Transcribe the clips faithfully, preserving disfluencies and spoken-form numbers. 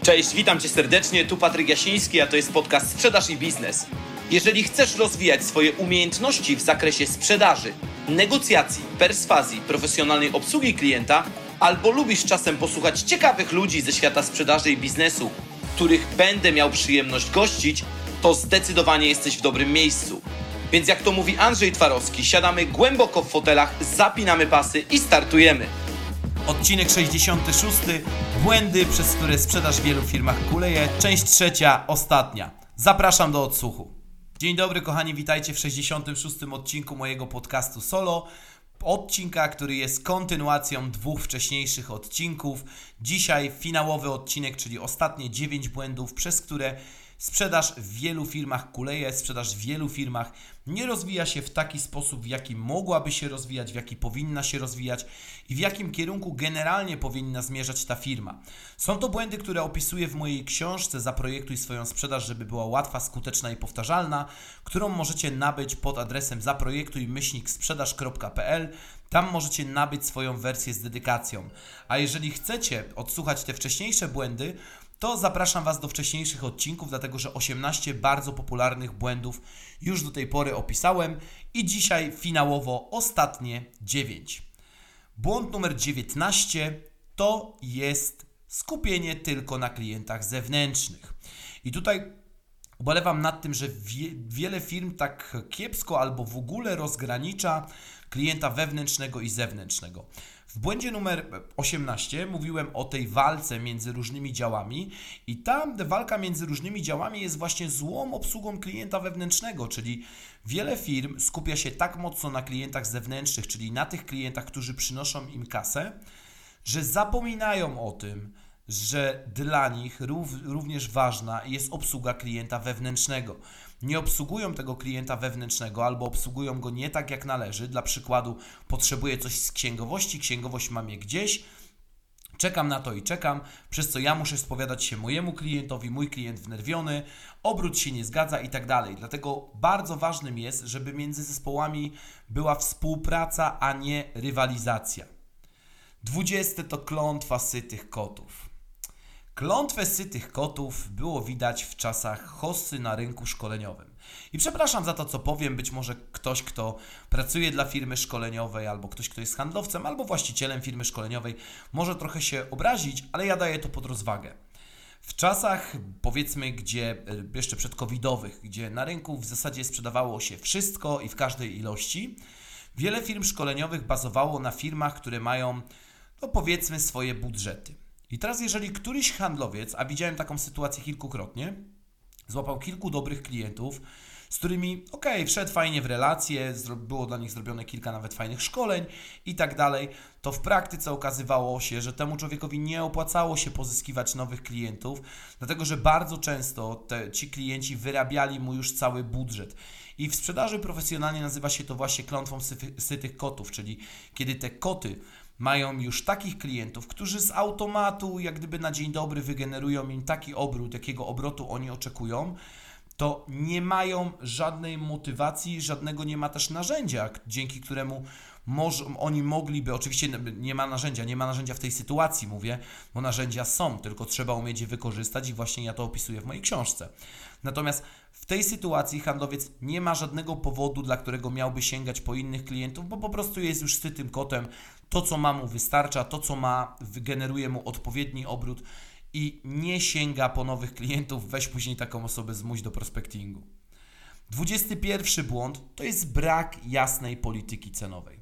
Cześć, witam Cię serdecznie, tu Patryk Jasiński, a to jest podcast Sprzedaż i Biznes. Jeżeli chcesz rozwijać swoje umiejętności w zakresie sprzedaży, negocjacji, perswazji, profesjonalnej obsługi klienta, albo lubisz czasem posłuchać ciekawych ludzi ze świata sprzedaży i biznesu, których będę miał przyjemność gościć, to zdecydowanie jesteś w dobrym miejscu. Więc jak to mówi Andrzej Twarowski, siadamy głęboko w fotelach, zapinamy pasy i startujemy. Odcinek sześćdziesiąty szósty. Błędy, przez które sprzedaż w wielu firmach kuleje. Część trzecia, ostatnia. Zapraszam do odsłuchu. Dzień dobry kochani, witajcie w sześćdziesiątym szóstym odcinku mojego podcastu solo. Odcinka, który jest kontynuacją dwóch wcześniejszych odcinków. Dzisiaj finałowy odcinek, czyli ostatnie dziewięć błędów, przez które sprzedaż w wielu firmach kuleje, sprzedaż w wielu firmach nie rozwija się w taki sposób, w jaki mogłaby się rozwijać, w jaki powinna się rozwijać i w jakim kierunku generalnie powinna zmierzać ta firma. Są to błędy, które opisuję w mojej książce Zaprojektuj swoją sprzedaż, żeby była łatwa, skuteczna i powtarzalna, którą możecie nabyć pod adresem zaprojektuj myślnik sprzedaż kropka p l. Tam możecie nabyć swoją wersję z dedykacją. A jeżeli chcecie odsłuchać te wcześniejsze błędy, to zapraszam Was do wcześniejszych odcinków, dlatego że osiemnaście bardzo popularnych błędów już do tej pory opisałem i dzisiaj finałowo ostatnie dziewięć. Błąd numer dziewiętnaście to jest skupienie tylko na klientach zewnętrznych. I tutaj ubolewam nad tym, że wie, wiele firm tak kiepsko albo w ogóle rozgranicza klienta wewnętrznego i zewnętrznego. W błędzie numer osiemnaście mówiłem o tej walce między różnymi działami i tam walka między różnymi działami jest właśnie złą obsługą klienta wewnętrznego, czyli wiele firm skupia się tak mocno na klientach zewnętrznych, czyli na tych klientach, którzy przynoszą im kasę, że zapominają o tym, że dla nich również ważna jest obsługa klienta wewnętrznego. Nie obsługują tego klienta wewnętrznego albo obsługują go nie tak jak należy. Dla przykładu potrzebuję coś z księgowości, księgowość mam je gdzieś, czekam na to i czekam, przez co ja muszę spowiadać się mojemu klientowi, mój klient wnerwiony, obrót się nie zgadza i tak dalej. Dlatego bardzo ważnym jest, żeby między zespołami była współpraca, a nie rywalizacja. Dwudzieste to klątwa sytych kotów. Klątwę sytych kotów było widać w czasach hossy na rynku szkoleniowym. I przepraszam za to, co powiem, być może ktoś, kto pracuje dla firmy szkoleniowej, albo ktoś, kto jest handlowcem, albo właścicielem firmy szkoleniowej, może trochę się obrazić, ale ja daję to pod rozwagę. W czasach, powiedzmy, gdzie jeszcze przedcovidowych, gdzie na rynku w zasadzie sprzedawało się wszystko i w każdej ilości, wiele firm szkoleniowych bazowało na firmach, które mają, no powiedzmy, swoje budżety. I teraz jeżeli któryś handlowiec, a widziałem taką sytuację kilkukrotnie, złapał kilku dobrych klientów, z którymi okej, okay, wszedł fajnie w relacje, było dla nich zrobione kilka nawet fajnych szkoleń i tak dalej, to w praktyce okazywało się, że temu człowiekowi nie opłacało się pozyskiwać nowych klientów, dlatego że bardzo często te, ci klienci wyrabiali mu już cały budżet. I w sprzedaży profesjonalnie nazywa się to właśnie klątwą sytych kotów, czyli kiedy te koty mają już takich klientów, którzy z automatu, jak gdyby na dzień dobry wygenerują im taki obrót, jakiego obrotu oni oczekują, to nie mają żadnej motywacji, żadnego nie ma też narzędzia, dzięki któremu może, oni mogliby, oczywiście nie ma narzędzia, nie ma narzędzia w tej sytuacji, mówię, bo narzędzia są, tylko trzeba umieć je wykorzystać i właśnie ja to opisuję w mojej książce. Natomiast w tej sytuacji handlowiec nie ma żadnego powodu, dla którego miałby sięgać po innych klientów, bo po prostu jest już sytym kotem, to co ma mu wystarcza, to co ma wygeneruje mu odpowiedni obrót i nie sięga po nowych klientów, weź później taką osobę zmuś do prospectingu. Dwudziesty pierwszy błąd to jest brak jasnej polityki cenowej.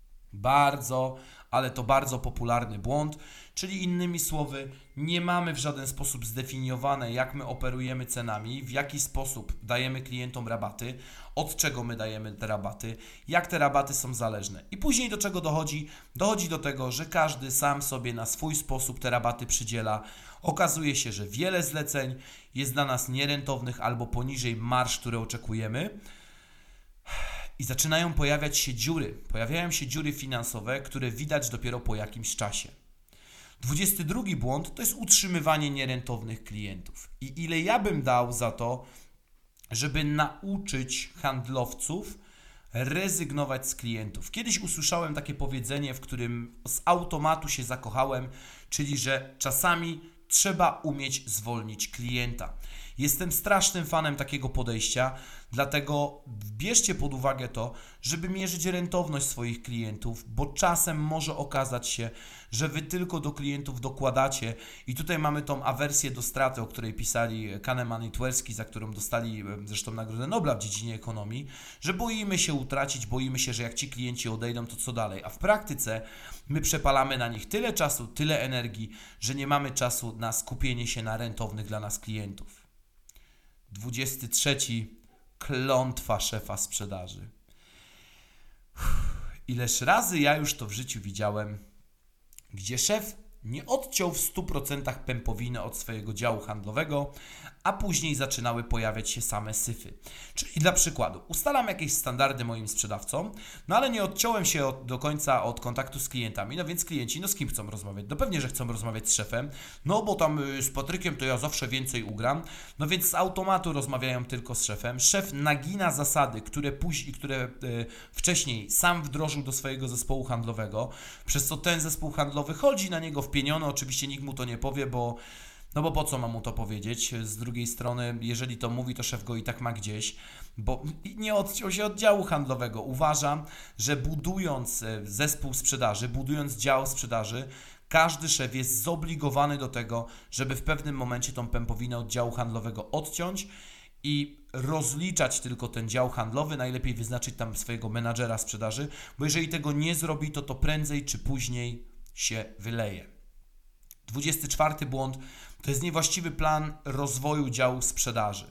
Bardzo, ale to bardzo popularny błąd, czyli innymi słowy, nie mamy w żaden sposób zdefiniowane, jak my operujemy cenami, w jaki sposób dajemy klientom rabaty, od czego my dajemy te rabaty, jak te rabaty są zależne. I później do czego dochodzi? Dochodzi do tego, że każdy sam sobie na swój sposób te rabaty przydziela. Okazuje się, że wiele zleceń jest dla nas nierentownych albo poniżej marż, które oczekujemy. I zaczynają pojawiać się dziury, pojawiają się dziury finansowe, które widać dopiero po jakimś czasie. dwudziesty drugi błąd to jest utrzymywanie nierentownych klientów. I ile ja bym dał za to, żeby nauczyć handlowców rezygnować z klientów. Kiedyś usłyszałem takie powiedzenie, w którym z automatu się zakochałem, czyli że czasami trzeba umieć zwolnić klienta. Jestem strasznym fanem takiego podejścia, dlatego bierzcie pod uwagę to, żeby mierzyć rentowność swoich klientów, bo czasem może okazać się, że Wy tylko do klientów dokładacie i tutaj mamy tą awersję do straty, o której pisali Kahneman i Tversky, za którą dostali zresztą Nagrodę Nobla w dziedzinie ekonomii, że boimy się utracić, boimy się, że jak ci klienci odejdą, to co dalej, a w praktyce my przepalamy na nich tyle czasu, tyle energii, że nie mamy czasu na skupienie się na rentownych dla nas klientów. dwudziesty trzeci. Klątwa szefa sprzedaży. Ileż razy ja już to w życiu widziałem, gdzie szef nie odciął w stu procentach pępowiny od swojego działu handlowego, a później zaczynały pojawiać się same syfy. Czyli dla przykładu, ustalam jakieś standardy moim sprzedawcom, no ale nie odciąłem się od, do końca od kontaktu z klientami, no więc klienci, no z kim chcą rozmawiać? No pewnie, że chcą rozmawiać z szefem, no bo tam y, z Patrykiem to ja zawsze więcej ugram, no więc z automatu rozmawiają tylko z szefem. Szef nagina zasady, które później, które y, wcześniej sam wdrożył do swojego zespołu handlowego, przez co ten zespół handlowy chodzi na niego wpieniony, oczywiście nikt mu to nie powie, bo No bo po co mam mu to powiedzieć? Z drugiej strony, jeżeli to mówi, to szef go i tak ma gdzieś, bo nie odciął się od działu handlowego. Uważam, że budując zespół sprzedaży, budując dział sprzedaży, każdy szef jest zobligowany do tego, żeby w pewnym momencie tą pępowinę od działu handlowego odciąć i rozliczać tylko ten dział handlowy, najlepiej wyznaczyć tam swojego menadżera sprzedaży, bo jeżeli tego nie zrobi, to to prędzej czy później się wyleje. dwudziesty czwarty błąd to jest niewłaściwy plan rozwoju działu sprzedaży.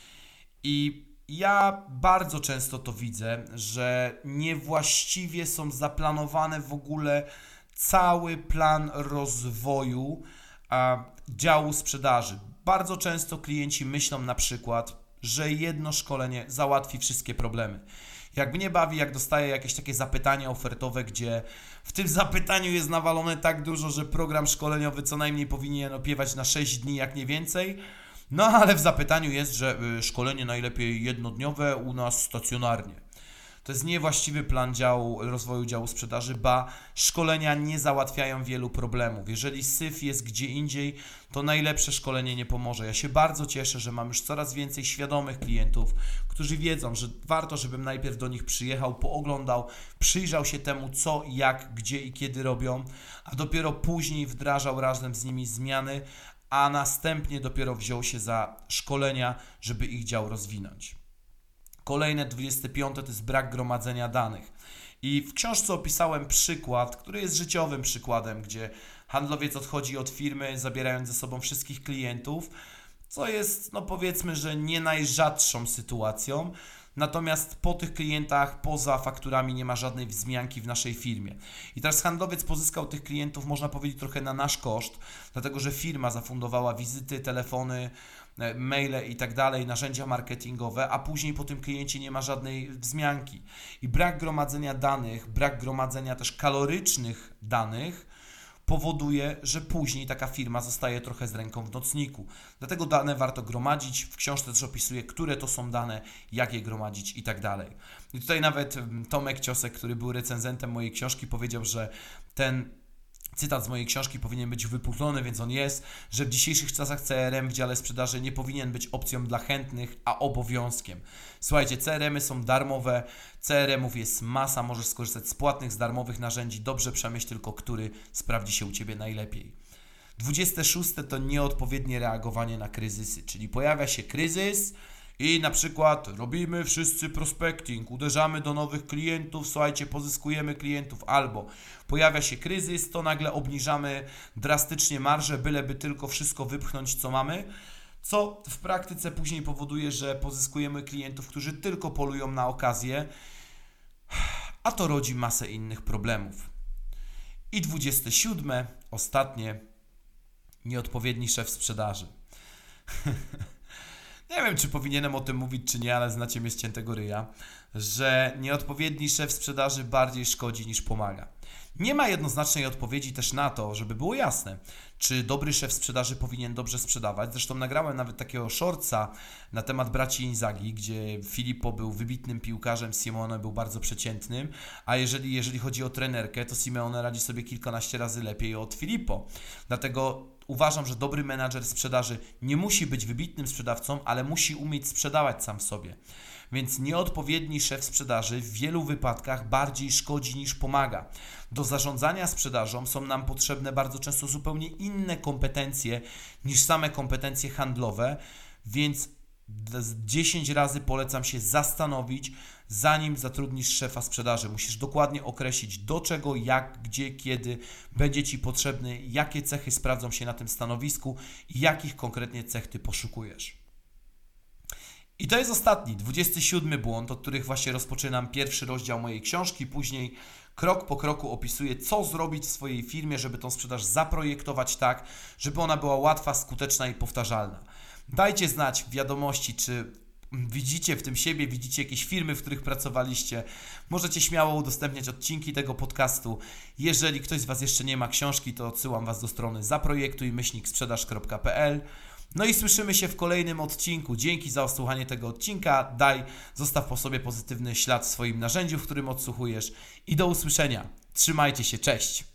I ja bardzo często to widzę, że niewłaściwie są zaplanowane w ogóle cały plan rozwoju a, działu sprzedaży. Bardzo często klienci myślą na przykład, że jedno szkolenie załatwi wszystkie problemy. Jak mnie bawi, jak dostaję jakieś takie zapytanie ofertowe, gdzie w tym zapytaniu jest nawalone tak dużo, że program szkoleniowy co najmniej powinien opiewać na sześć dni, jak nie więcej. No ale w zapytaniu jest, że szkolenie najlepiej jednodniowe, u nas stacjonarnie. To jest niewłaściwy plan działu, rozwoju działu sprzedaży, ba szkolenia nie załatwiają wielu problemów. Jeżeli syf jest gdzie indziej, to najlepsze szkolenie nie pomoże. Ja się bardzo cieszę, że mam już coraz więcej świadomych klientów, którzy wiedzą, że warto, żebym najpierw do nich przyjechał, pooglądał, przyjrzał się temu, co, jak, gdzie i kiedy robią, a dopiero później wdrażał razem z nimi zmiany, a następnie dopiero wziął się za szkolenia, żeby ich dział rozwinąć. Kolejne dwudzieste piąte to jest brak gromadzenia danych. I w książce opisałem przykład, który jest życiowym przykładem, gdzie handlowiec odchodzi od firmy, zabierając ze sobą wszystkich klientów, co jest, no powiedzmy, że nie najrzadszą sytuacją. Natomiast po tych klientach, poza fakturami nie ma żadnej wzmianki w naszej firmie. I teraz handlowiec pozyskał tych klientów, można powiedzieć, trochę na nasz koszt, dlatego że firma zafundowała wizyty, telefony, maile i tak dalej, narzędzia marketingowe, a później po tym kliencie nie ma żadnej wzmianki. I brak gromadzenia danych, brak gromadzenia też kalorycznych danych powoduje, że później taka firma zostaje trochę z ręką w nocniku. Dlatego dane warto gromadzić. W książce też opisuję, które to są dane, jak je gromadzić i tak dalej. I tutaj nawet Tomek Ciosek, który był recenzentem mojej książki, powiedział, że ten cytat z mojej książki powinien być wypuklony, więc on jest, że w dzisiejszych czasach C R M w dziale sprzedaży nie powinien być opcją dla chętnych, a obowiązkiem. Słuchajcie, C R M y są darmowe, C R M ów jest masa, możesz skorzystać z płatnych, z darmowych narzędzi, dobrze przemyśl tylko, który sprawdzi się u Ciebie najlepiej. dwudzieste szóste to nieodpowiednie reagowanie na kryzysy, czyli pojawia się kryzys i na przykład robimy wszyscy prospecting, uderzamy do nowych klientów, słuchajcie, pozyskujemy klientów, albo pojawia się kryzys, to nagle obniżamy drastycznie marżę, byleby tylko wszystko wypchnąć, co mamy, co w praktyce później powoduje, że pozyskujemy klientów, którzy tylko polują na okazję, a to rodzi masę innych problemów. I dwudzieste siódme, ostatnie, nieodpowiedni szef sprzedaży. Nie wiem, czy powinienem o tym mówić, czy nie, ale znacie mnie z ciętego ryja, że nieodpowiedni szef sprzedaży bardziej szkodzi niż pomaga. Nie ma jednoznacznej odpowiedzi też na to, żeby było jasne, czy dobry szef sprzedaży powinien dobrze sprzedawać. Zresztą nagrałem nawet takiego shortsa na temat braci Inzaghi, gdzie Filippo był wybitnym piłkarzem, Simeone był bardzo przeciętnym, a jeżeli, jeżeli chodzi o trenerkę, to Simeone radzi sobie kilkanaście razy lepiej od Filippo. Dlatego uważam, że dobry menadżer sprzedaży nie musi być wybitnym sprzedawcą, ale musi umieć sprzedawać sam sobie. Więc nieodpowiedni szef sprzedaży w wielu wypadkach bardziej szkodzi niż pomaga. Do zarządzania sprzedażą są nam potrzebne bardzo często zupełnie inne kompetencje niż same kompetencje handlowe, więc dziesięć razy polecam się zastanowić, zanim zatrudnisz szefa sprzedaży. Musisz dokładnie określić, do czego, jak, gdzie, kiedy będzie Ci potrzebny, jakie cechy sprawdzą się na tym stanowisku i jakich konkretnie cech Ty poszukujesz. I to jest ostatni, dwudziesty siódmy błąd, od których właśnie rozpoczynam pierwszy rozdział mojej książki. Później krok po kroku opisuję, co zrobić w swojej firmie, żeby tą sprzedaż zaprojektować tak, żeby ona była łatwa, skuteczna i powtarzalna. Dajcie znać w wiadomości, czy widzicie w tym siebie, widzicie jakieś firmy, w których pracowaliście. Możecie śmiało udostępniać odcinki tego podcastu. Jeżeli ktoś z Was jeszcze nie ma książki, to odsyłam Was do strony zaprojektuj myślnik sprzedaż kropka p l. No i słyszymy się w kolejnym odcinku. Dzięki za odsłuchanie tego odcinka. Daj, zostaw po sobie pozytywny ślad w swoim narzędziu, w którym odsłuchujesz. I do usłyszenia. Trzymajcie się, cześć!